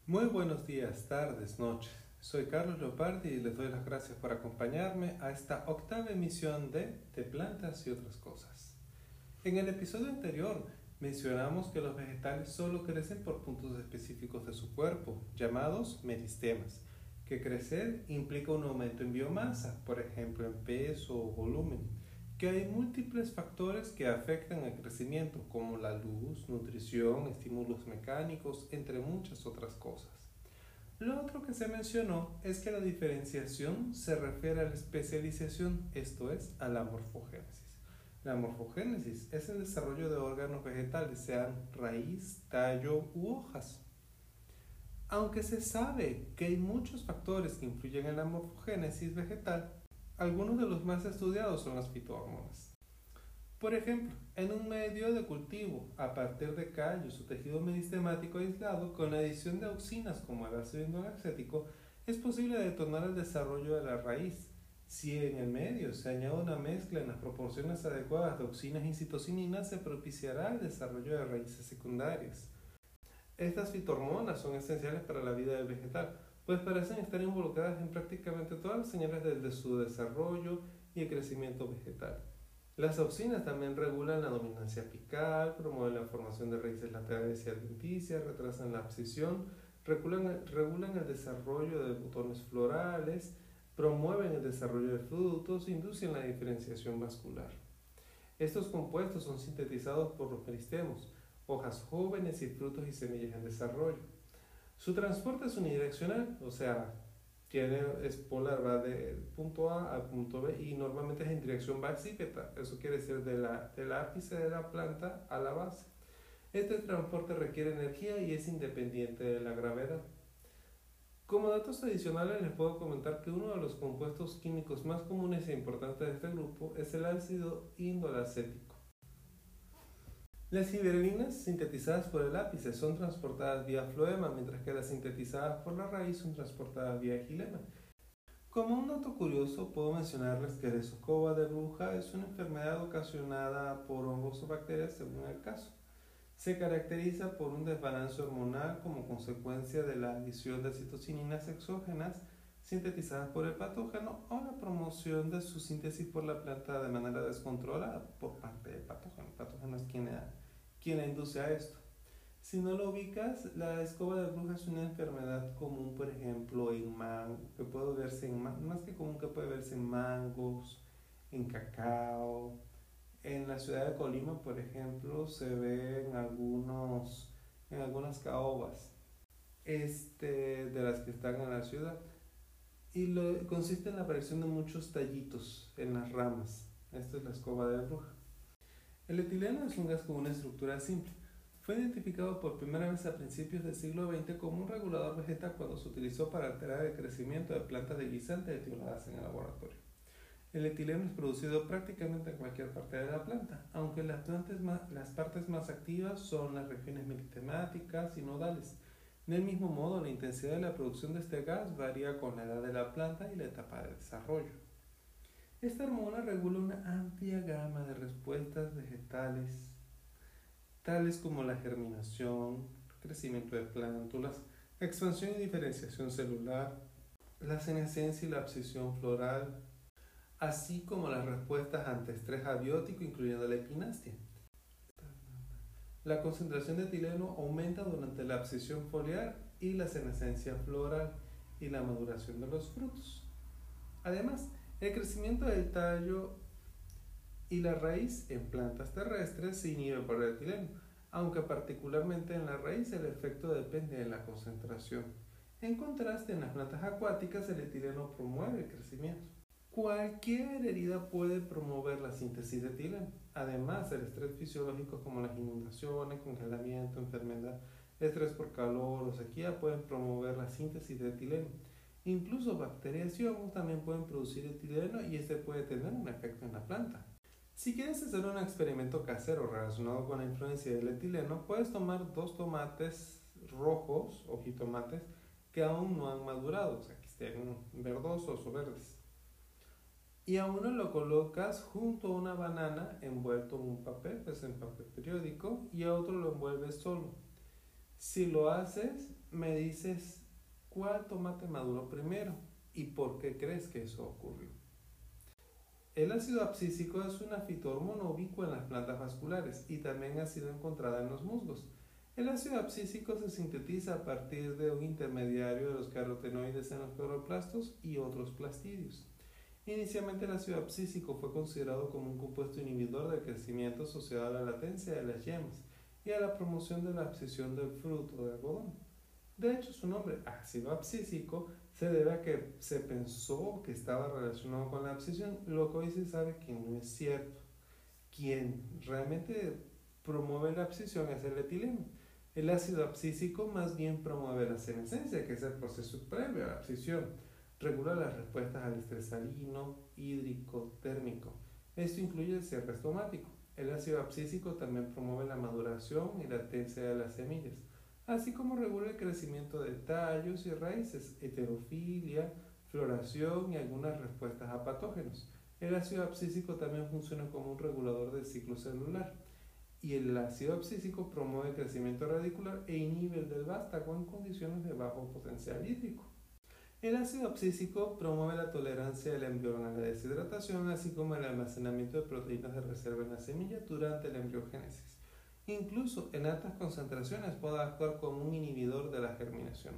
Muy buenos días, tardes, noches. Soy Carlos Leopardi y les doy las gracias por acompañarme a esta octava emisión de plantas y otras cosas. En el episodio anterior mencionamos que los vegetales solo crecen por puntos específicos de su cuerpo, llamados meristemas, que crecer implica un aumento en biomasa, por ejemplo en peso o volumen, que hay múltiples factores que afectan el crecimiento, como la luz, nutrición, estímulos mecánicos, entre muchas otras cosas. Lo otro que se mencionó es que la diferenciación se refiere a la especialización, esto es, a la morfogénesis. La morfogénesis es el desarrollo de órganos vegetales, sean raíz, tallo u hojas. Aunque se sabe que hay muchos factores que influyen en la morfogénesis vegetal, algunos de los más estudiados son las fitohormonas. Por ejemplo, en un medio de cultivo, a partir de callos o tejido meristemático aislado, con la adición de auxinas como el ácido indolacético, es posible detonar el desarrollo de la raíz. Si en el medio se añade una mezcla en las proporciones adecuadas de auxinas y citocininas, se propiciará el desarrollo de raíces secundarias. Estas fitohormonas son esenciales para la vida del vegetal, pues parecen estar involucradas en prácticamente todas las señales de su desarrollo y el crecimiento vegetal. Las auxinas también regulan la dominancia apical, promueven la formación de raíces laterales y adventicias, retrasan la abscisión, regulan el desarrollo de botones florales, promueven el desarrollo de frutos, inducen la diferenciación vascular. Estos compuestos son sintetizados por los meristemos, hojas jóvenes y frutos y semillas en desarrollo. Su transporte es unidireccional, o sea, es polar, va de punto A al punto B y normalmente es en dirección basípeta, eso quiere decir del ápice de la planta a la base. Este transporte requiere energía y es independiente de la gravedad. Como datos adicionales les puedo comentar que uno de los compuestos químicos más comunes e importantes de este grupo es el ácido indolacético. Las gibberelinas sintetizadas por el ápice son transportadas vía floema, mientras que las sintetizadas por la raíz son transportadas vía xilema. Como un dato curioso, puedo mencionarles que la escoba de bruja es una enfermedad ocasionada por hongos o bacterias según el caso. Se caracteriza por un desbalance hormonal como consecuencia de la adición de citocininas exógenas sintetizadas por el patógeno o la promoción de su síntesis por la planta de manera descontrolada por parte del patógeno. El patógeno es quien la induce a esto. Si no lo ubicas, la escoba de bruja es una enfermedad común, por ejemplo, que puede verse más que común, que puede verse en mangos, en cacao. En la ciudad de Colima, por ejemplo, se ve en algunas caobas de las que están en la ciudad. Y consiste en la aparición de muchos tallitos en las ramas. Esta es la escoba de bruja. El etileno es un gas con una estructura simple. Fue identificado por primera vez a principios del siglo XX como un regulador vegetal cuando se utilizó para alterar el crecimiento de plantas de guisante etioladas en el laboratorio. El etileno es producido prácticamente en cualquier parte de la planta, aunque las partes más activas son las regiones meristemáticas y nodales. Del mismo modo, la intensidad de la producción de este gas varía con la edad de la planta y la etapa de desarrollo. Esta hormona regula una amplia gama de respuestas vegetales, tales como la germinación, crecimiento de plántulas, expansión y diferenciación celular, la senescencia y la abscisión floral, así como las respuestas ante estrés abiótico, incluyendo la epinastia. La concentración de etileno aumenta durante la abscisión foliar y la senescencia floral y la maduración de los frutos. Además, el crecimiento del tallo y la raíz en plantas terrestres se inhibe por el etileno, aunque particularmente en la raíz el efecto depende de la concentración. En contraste, en las plantas acuáticas el etileno promueve el crecimiento. Cualquier herida puede promover la síntesis de etileno. Además, el estrés fisiológico como las inundaciones, congelamiento, enfermedad, estrés por calor o sequía pueden promover la síntesis de etileno. Incluso bacterias y hongos también pueden producir etileno y este puede tener un efecto en la planta. Si quieres hacer un experimento casero relacionado con la influencia del etileno, puedes tomar 2 tomates rojos o jitomates que aún no han madurado, o sea, que estén verdosos o verdes. Y a uno lo colocas junto a una banana envuelto en un papel, en papel periódico, y a otro lo envuelves solo. Si lo haces, me dices cuál tomate maduró primero y por qué crees que eso ocurrió. El ácido abscísico es una fitohormona ubicua en las plantas vasculares y también ha sido encontrada en los musgos. El ácido abscísico se sintetiza a partir de un intermediario de los carotenoides en los cloroplastos y otros plastidios. Inicialmente el ácido abscísico fue considerado como un compuesto inhibidor del crecimiento asociado a la latencia de las yemas y a la promoción de la abscisión del fruto de algodón. De hecho, su nombre, ácido abscísico, se debe a que se pensó que estaba relacionado con la abscisión, lo que hoy se sabe que no es cierto. Quien realmente promueve la abscisión es el etileno. El ácido abscísico más bien promueve la senescencia, que es el proceso previo a la abscisión. Regula las respuestas al estrés salino, hídrico, térmico. Esto incluye el cierre estomático. El ácido abscísico también promueve la maduración y latencia de las semillas, así como regula el crecimiento de tallos y raíces, heterofilia, floración y algunas respuestas a patógenos. El ácido abscísico también funciona como un regulador del ciclo celular y el ácido abscísico promueve el crecimiento radicular e inhibe el del vástago en condiciones de bajo potencial hídrico. El ácido abscísico promueve la tolerancia del embrión a la deshidratación, así como el almacenamiento de proteínas de reserva en la semilla durante la embriogénesis. Incluso en altas concentraciones puede actuar como un inhibidor de la germinación.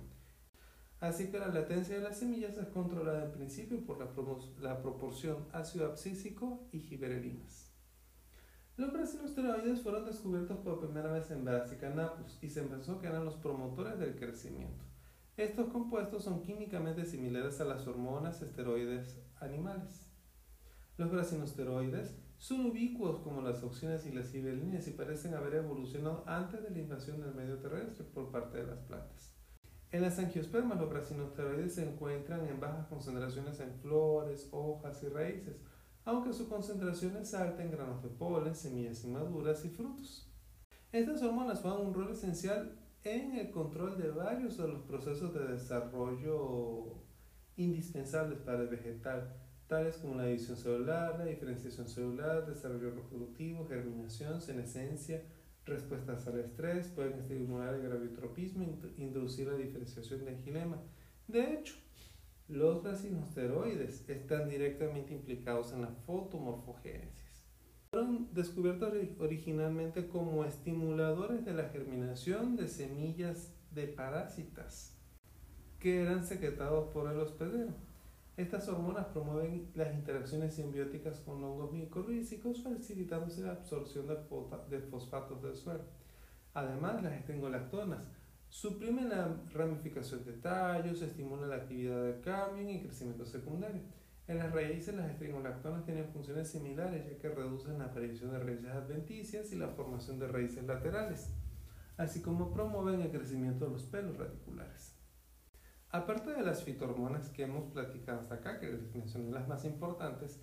Así que la latencia de las semillas es controlada en principio por la proporción ácido abscísico y giberelinas. Los brasinosteroides fueron descubiertos por primera vez en Brassica napus y se pensó que eran los promotores del crecimiento. Estos compuestos son químicamente similares a las hormonas esteroides animales. Los brasinosteroides son ubicuos como las auxinas y las gibberelinas y parecen haber evolucionado antes de la invasión del medio terrestre por parte de las plantas. En las angiospermas, los brasinosteroides se encuentran en bajas concentraciones en flores, hojas y raíces, aunque su concentración es alta en granos de polen, semillas inmaduras y frutos. Estas hormonas juegan un rol esencial en el control de varios de los procesos de desarrollo indispensables para el vegetal, tales como la división celular, la diferenciación celular, desarrollo reproductivo, germinación, senescencia, respuestas al estrés, pueden estimular el graviotropismo e inducir la diferenciación del gilema. De hecho, los brasinosteroides están directamente implicados en la fotomorfogénesis. Fueron descubiertos originalmente como estimuladores de la germinación de semillas de parásitas que eran secretados por el hospedero. Estas hormonas promueven las interacciones simbióticas con hongos micorrízicos, facilitándose la absorción de fosfatos del suelo. Además, las estringolactonas suprimen la ramificación de tallos, estimulan la actividad del cambio y el crecimiento secundario. En las raíces, las estringolactonas tienen funciones similares, ya que reducen la aparición de raíces adventicias y la formación de raíces laterales, así como promueven el crecimiento de los pelos radiculares. Aparte de las fitohormonas que hemos platicado hasta acá, que les mencioné las más importantes,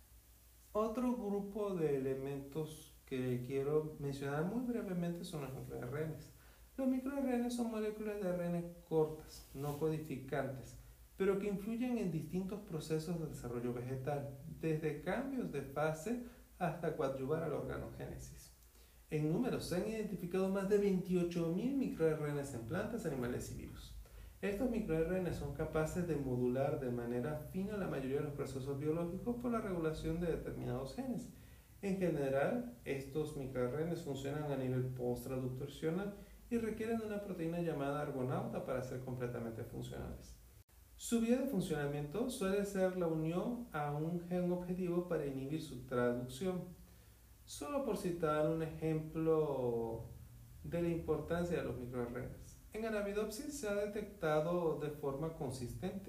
otro grupo de elementos que quiero mencionar muy brevemente son los microRNAs. Los microRNAs son moléculas de ARN cortas, no codificantes, pero que influyen en distintos procesos de desarrollo vegetal, desde cambios de fase hasta coadyuvar a la organogénesis. En número se han identificado más de 28.000 microRNAs en plantas, animales y virus. Estos microRNAs son capaces de modular de manera fina la mayoría de los procesos biológicos por la regulación de determinados genes. En general, estos microRNAs funcionan a nivel posttraduccional y requieren de una proteína llamada argonauta para ser completamente funcionales. Su vía de funcionamiento suele ser la unión a un gen objetivo para inhibir su traducción. Solo por citar un ejemplo de la importancia de los microRNAs. En Arabidopsis se ha detectado de forma consistente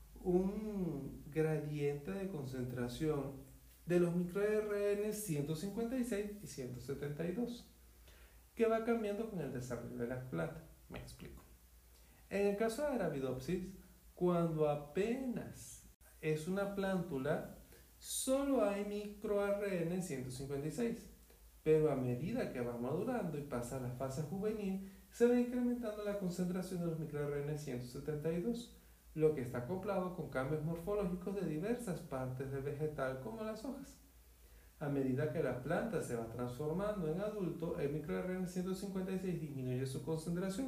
un gradiente de concentración de los microRNAs 156 y 172 que va cambiando con el desarrollo de la planta. Me explico. En el caso de Arabidopsis, cuando apenas es una plántula, solo hay microRNA 156, pero a medida que va madurando y pasa a la fase juvenil, se va incrementando la concentración de los microRNA 172, lo que está acoplado con cambios morfológicos de diversas partes del vegetal, como las hojas. A medida que la planta se va transformando en adulto, el microRNA 156 disminuye su concentración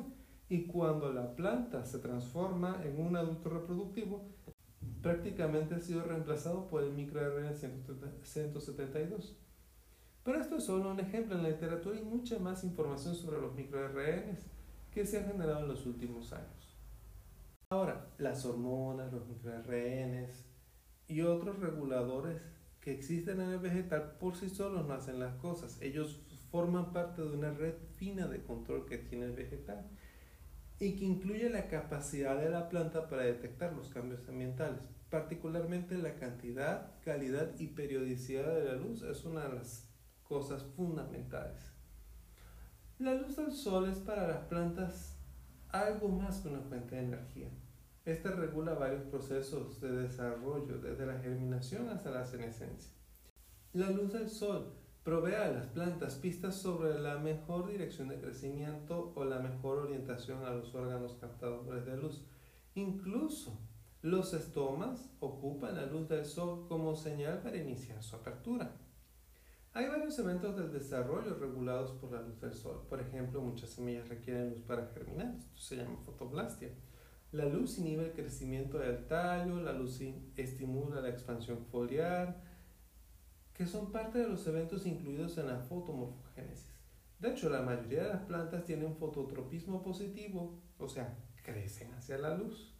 y cuando la planta se transforma en un adulto reproductivo, prácticamente ha sido reemplazado por el microRNA 172. Pero esto es solo un ejemplo. En la literatura hay mucha más información sobre los microRNAs que se han generado en los últimos años. Ahora, las hormonas, los microRNAs y otros reguladores que existen en el vegetal por sí solos no hacen las cosas. Ellos forman parte de una red fina de control que tiene el vegetal y que incluye la capacidad de la planta para detectar los cambios ambientales. Particularmente la cantidad, calidad y periodicidad de la luz es una de las cosas fundamentales. La luz del sol es para las plantas algo más que una fuente de energía. Esta regula varios procesos de desarrollo, desde la germinación hasta la senescencia. La luz del sol provee a las plantas pistas sobre la mejor dirección de crecimiento o la mejor orientación a los órganos captadores de luz. Incluso los estomas ocupan la luz del sol como señal para iniciar su apertura. Hay varios eventos del desarrollo regulados por la luz del sol. Por ejemplo, muchas semillas requieren luz para germinar. Esto se llama fotoplastia. La luz inhibe el crecimiento del tallo, la luz estimula la expansión foliar, que son parte de los eventos incluidos en la fotomorfogénesis. De hecho, la mayoría de las plantas tienen fototropismo positivo, o sea, crecen hacia la luz.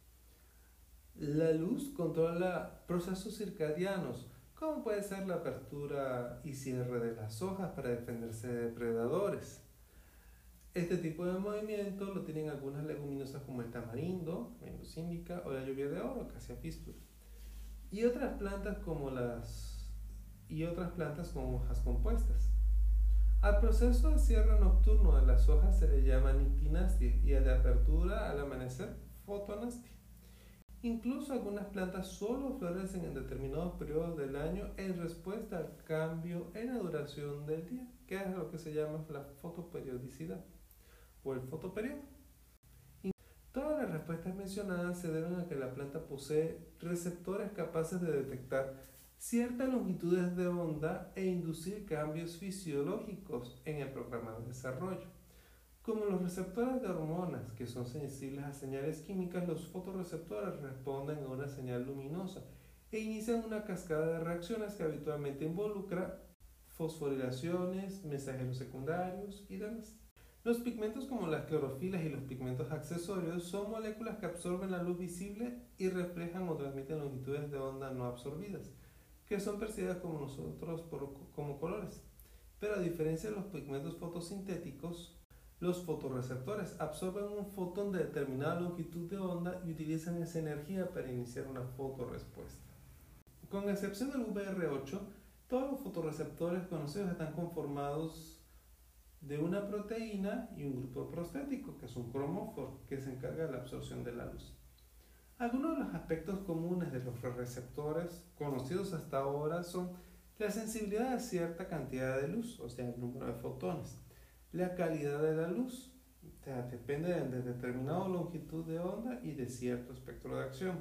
La luz controla procesos circadianos, como puede ser la apertura y cierre de las hojas para defenderse de depredadores. Este tipo de movimiento lo tienen algunas leguminosas como el tamarindo, Venus indica, o la lluvia de oro, Cassia fistula, y otras plantas con hojas compuestas. Al proceso de cierre nocturno de las hojas se le llama nictinastia y al de apertura al amanecer fotonastia. Incluso algunas plantas solo florecen en determinados periodos del año en respuesta al cambio en la duración del día, que es lo que se llama la fotoperiodicidad o el fotoperiodo. Todas las respuestas mencionadas se deben a que la planta posee receptores capaces de detectar ciertas longitudes de onda e inducir cambios fisiológicos en el programa de desarrollo. Como los receptores de hormonas, que son sensibles a señales químicas, los fotorreceptores responden a una señal luminosa e inician una cascada de reacciones que habitualmente involucra fosforilaciones, mensajeros secundarios y demás. Los pigmentos como las clorofilas y los pigmentos accesorios son moléculas que absorben la luz visible y reflejan o transmiten longitudes de onda no absorbidas, que son percibidas como nosotros como colores. Pero a diferencia de los pigmentos fotosintéticos, los fotorreceptores absorben un fotón de determinada longitud de onda y utilizan esa energía para iniciar una fotorrespuesta. Con excepción del VR8, todos los fotorreceptores conocidos están conformados de una proteína y un grupo prostético, que es un cromóforo, que se encarga de la absorción de la luz. Algunos de los aspectos comunes de los receptores conocidos hasta ahora son la sensibilidad a cierta cantidad de luz, o sea, el número de fotones, la calidad de la luz, o sea, depende de determinada longitud de onda y de cierto espectro de acción,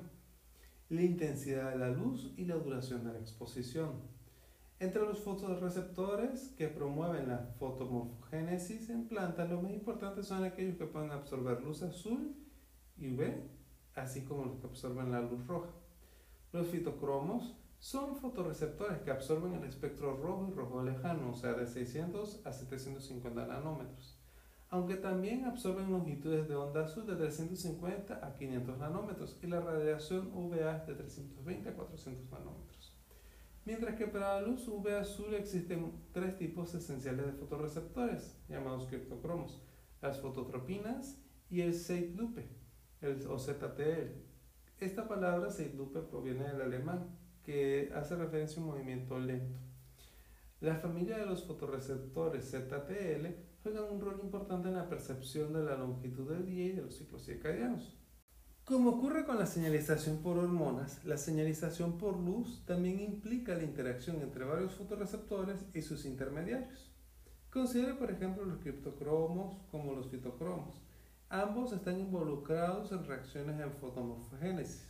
la intensidad de la luz y la duración de la exposición. Entre los fotorreceptores que promueven la fotomorfogénesis en plantas, los más importantes son aquellos que pueden absorber luz azul y UV, así como los que absorben la luz roja. Los fitocromos son fotorreceptores que absorben el espectro rojo y rojo lejano, o sea, de 600 a 750 nanómetros, aunque también absorben longitudes de onda azul de 350 a 500 nanómetros y la radiación UVA de 320 a 400 nanómetros. Mientras que para la luz UV azul existen tres tipos esenciales de fotorreceptores, llamados criptocromos: las fototropinas y el Zeitlupe, o ZTL. Esta palabra Zeitlupe proviene del alemán, que hace referencia a un movimiento lento. La familia de los fotorreceptores ZTL juegan un rol importante en la percepción de la longitud del día y de los ciclos circadianos. Como ocurre con la señalización por hormonas, la señalización por luz también implica la interacción entre varios fotorreceptores y sus intermediarios. Considere, por ejemplo, los criptocromos como los fitocromos. Ambos están involucrados en reacciones en fotomorfogénesis.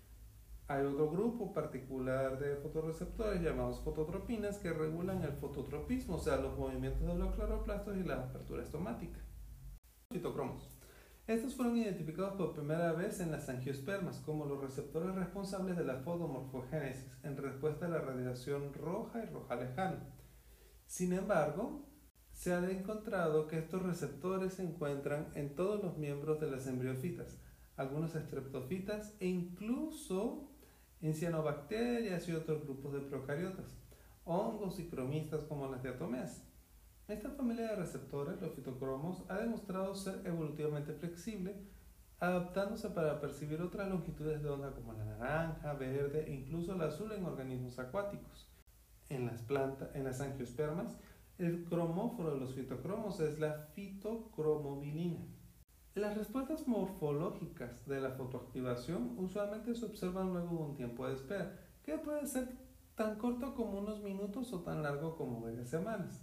Hay otro grupo particular de fotorreceptores llamados fototropinas que regulan el fototropismo, o sea, los movimientos de los cloroplastos y la apertura estomática. Fitocromos. Estos fueron identificados por primera vez en las angiospermas como los receptores responsables de la fotomorfogénesis en respuesta a la radiación roja y roja lejana. Sin embargo, se ha encontrado que estos receptores se encuentran en todos los miembros de las embriofitas, algunos estreptofitas e incluso en cianobacterias y otros grupos de procariotas, hongos y cromistas como las diatomeas. Esta familia de receptores, los fitocromos, ha demostrado ser evolutivamente flexible, adaptándose para percibir otras longitudes de onda como la naranja, verde e incluso el azul en organismos acuáticos. En las angiospermas, el cromóforo de los fitocromos es la fitocromobilina. Las respuestas morfológicas de la fotoactivación usualmente se observan luego de un tiempo de espera, que puede ser tan corto como unos minutos o tan largo como varias semanas.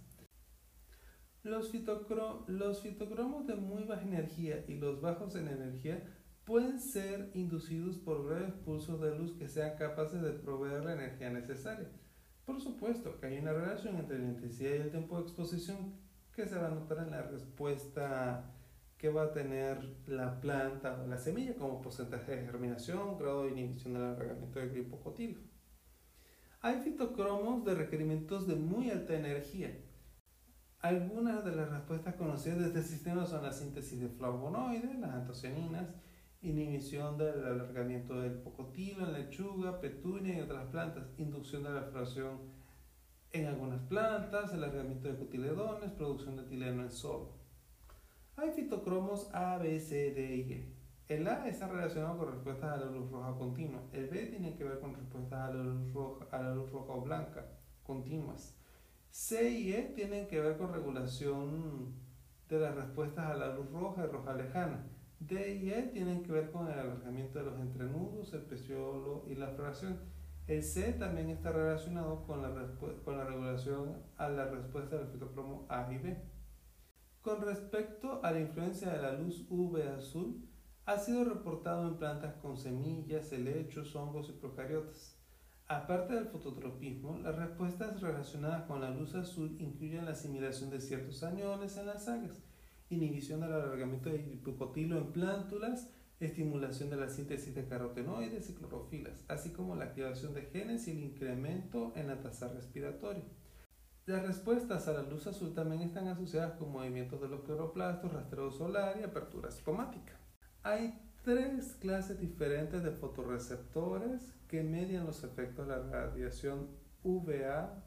Los fitocromos de muy baja energía y los bajos en energía pueden ser inducidos por breves pulsos de luz que sean capaces de proveer la energía necesaria. Por supuesto que hay una relación entre la intensidad y el tiempo de exposición que se va a notar en la respuesta que va a tener la planta o la semilla, como porcentaje de germinación, grado de inhibición del alargamiento del glipocotilo. Hay fitocromos de requerimientos de muy alta energía. Algunas de las respuestas conocidas de este sistema son la síntesis de flavonoides, las antocianinas, inhibición del alargamiento del hipocotilo en lechuga, petunia y otras plantas, inducción de la floración en algunas plantas, alargamiento de cotiledones, producción de etileno en sorgo. Hay fitocromos A, B, C, D y E. El A está relacionado con respuestas a la luz roja continua. El B tiene que ver con respuestas a la luz roja o blanca continuas. C y E tienen que ver con regulación de las respuestas a la luz roja y roja lejana. D y E tienen que ver con el alargamiento de los entrenudos, el peciolo y la floración. El C también está relacionado con la regulación a la respuesta del fitocromo A y B. Con respecto a la influencia de la luz UV azul, ha sido reportado en plantas con semillas, helechos, hongos y procariotas. Aparte del fototropismo, las respuestas relacionadas con la luz azul incluyen la asimilación de ciertos aniones en las algas, inhibición del alargamiento del hipocotilo en plántulas, estimulación de la síntesis de carotenoides y clorofilas, así como la activación de genes y el incremento en la tasa respiratoria. Las respuestas a la luz azul también están asociadas con movimientos de los cloroplastos, rastreo solar y apertura estomática. Hay tres clases diferentes de fotorreceptores que median los efectos de la radiación UVA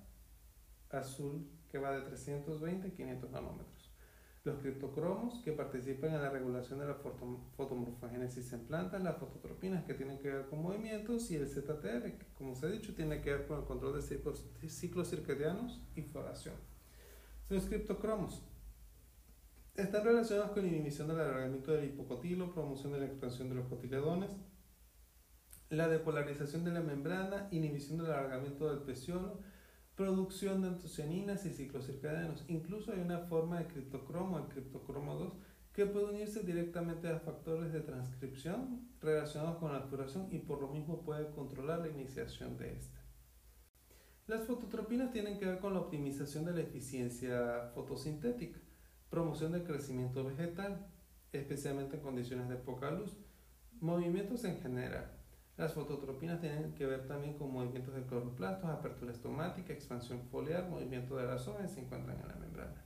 azul, que va de 320 a 500 nanómetros. Los criptocromos, que participan en la regulación de la fotomorfogénesis en plantas, las fototropinas, que tienen que ver con movimientos, y el ZTR, que, como se ha dicho, tiene que ver con el control de ciclos circadianos y floración. Los criptocromos están relacionados con la inhibición del alargamiento del hipocotilo, promoción de la expansión de los cotiledones, la depolarización de la membrana, inhibición del alargamiento del peciolo, producción de antocianinas y ciclos circadianos. Incluso hay una forma de criptocromo, el criptocromo 2, que puede unirse directamente a factores de transcripción relacionados con la floración y por lo mismo puede controlar la iniciación de esta. Las fototropinas tienen que ver con la optimización de la eficiencia fotosintética, promoción del crecimiento vegetal, especialmente en condiciones de poca luz, movimientos en general. Las fototropinas tienen que ver también con movimientos de cloroplastos, apertura estomática, expansión foliar, movimiento de las hojas, se encuentran en la membrana.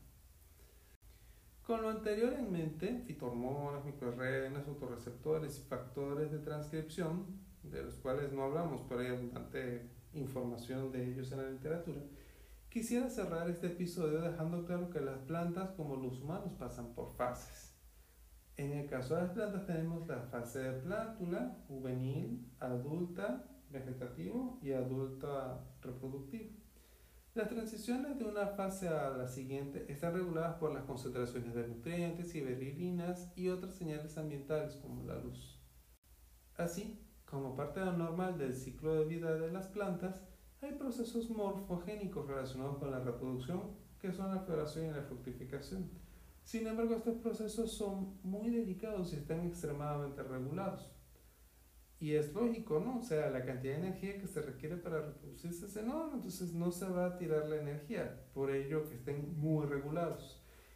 Con lo anterior en mente, fitohormonas, microRNAs, fotorreceptores y factores de transcripción, de los cuales no hablamos, pero hay abundante información de ellos en la literatura, quisiera cerrar este episodio dejando claro que las plantas, como los humanos, pasan por fases. En el caso de las plantas tenemos la fase de plántula, juvenil, adulta, vegetativo y adulta reproductiva. Las transiciones de una fase a la siguiente están reguladas por las concentraciones de nutrientes y berilinas y otras señales ambientales como la luz. Así, como parte normal del ciclo de vida de las plantas, hay procesos morfogénicos relacionados con la reproducción, que son la floración y la fructificación. Sin embargo, estos procesos son muy delicados y están extremadamente regulados. Y es lógico, ¿no? O sea, la cantidad de energía que se requiere para reproducirse es enorme, entonces no se va a tirar la energía, por ello que estén muy regulados.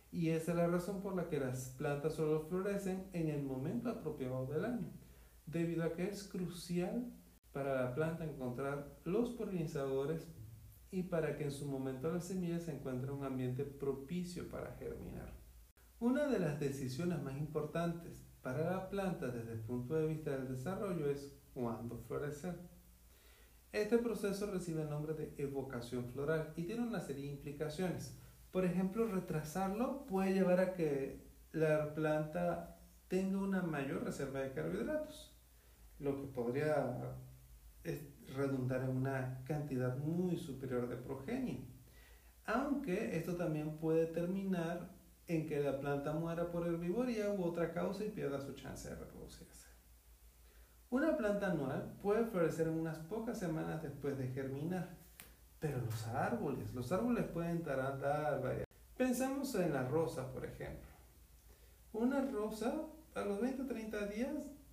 Y esa es la razón por la que las plantas solo florecen en el momento apropiado del año, debido a que es crucial para la planta encontrar los polinizadores y para que en su momento las semillas se encuentren en un ambiente propicio para germinar. Una de las decisiones más importantes para la planta desde el punto de vista del desarrollo es cuándo florecer. Este proceso recibe el nombre de evocación floral y tiene una serie de implicaciones. Por ejemplo, retrasarlo puede llevar a que la planta tenga una mayor reserva de carbohidratos, lo que podría redundar en una cantidad muy superior de progenie. Aunque esto también puede terminar en que la planta muera por herbivoría u otra causa y pierda su chance de reproducirse. Una planta anual puede florecer en unas pocas semanas después de germinar, pero los árboles pueden tardar varias. Pensamos en la rosa, por ejemplo. Una rosa a los 20 o 30 días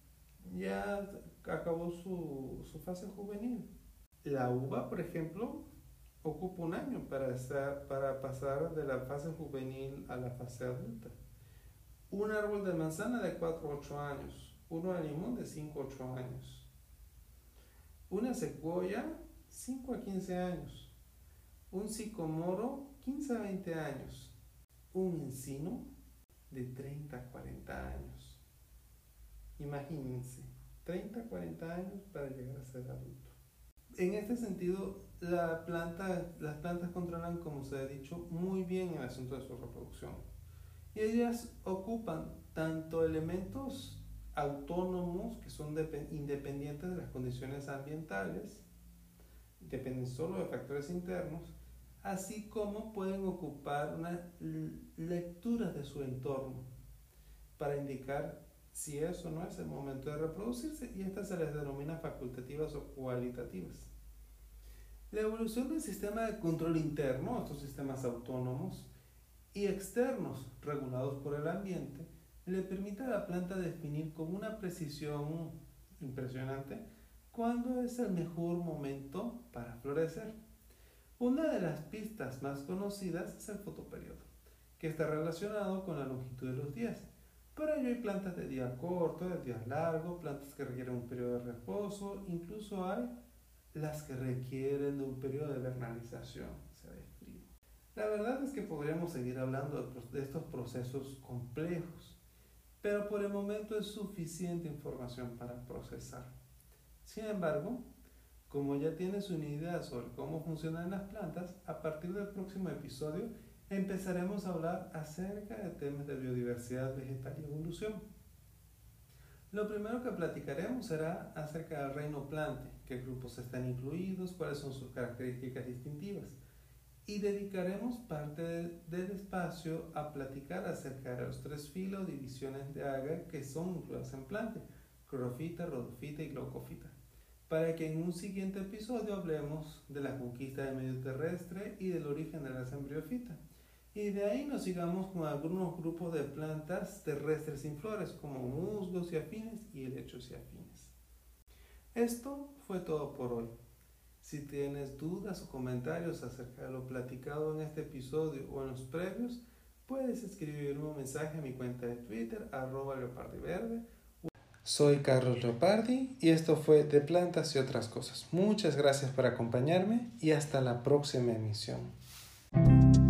ya acabó su fase juvenil. La uva, por ejemplo, ocupa un año para pasar de la fase juvenil a la fase adulta. Un árbol de manzana de 4 a 8 años. Uno de limón de 5 a 8 años. Una secuoya, 5 a 15 años. Un sicomoro, 15 a 20 años. Un encino, de 30 a 40 años. Imagínense, 30 a 40 años para llegar a ser adulto. En este sentido, las plantas controlan, como se ha dicho, muy bien el asunto de su reproducción. Y ellas ocupan tanto elementos autónomos, que son independientes de las condiciones ambientales, dependen solo de factores internos, así como pueden ocupar unas lecturas de su entorno para indicar si eso no es el momento de reproducirse, y estas se les denomina facultativas o cualitativas. La evolución del sistema de control interno, estos sistemas autónomos, y externos regulados por el ambiente, le permite a la planta definir con una precisión impresionante cuándo es el mejor momento para florecer. Una de las pistas más conocidas es el fotoperiodo, que está relacionado con la longitud de los días. Pero hay plantas de día corto, de día largo, plantas que requieren un periodo de reposo, incluso hay las que requieren de un periodo de vernalización, o sea, de frío. La verdad es que podríamos seguir hablando de estos procesos complejos, pero por el momento es suficiente información para procesar. Sin embargo, como ya tienes una idea sobre cómo funcionan las plantas, a partir del próximo episodio empezaremos a hablar acerca de temas de biodiversidad vegetal y evolución. Lo primero que platicaremos será acerca del reino plante, qué grupos están incluidos, cuáles son sus características distintivas, y dedicaremos parte del espacio a platicar acerca de los 3 filos divisiones de algas que son incluidas en plante: clorofita, rodofita y glaucofita, para que en un siguiente episodio hablemos de la conquista del medio terrestre y del origen de las embriófitas. Y de ahí nos sigamos con algunos grupos de plantas terrestres sin flores, como musgos y afines y helechos y afines. Esto fue todo por hoy. Si tienes dudas o comentarios acerca de lo platicado en este episodio o en los previos, puedes escribirme un mensaje a mi cuenta de Twitter, @leopardiverde. Soy Carlos Leopardi y esto fue De Plantas y Otras Cosas. Muchas gracias por acompañarme y hasta la próxima emisión.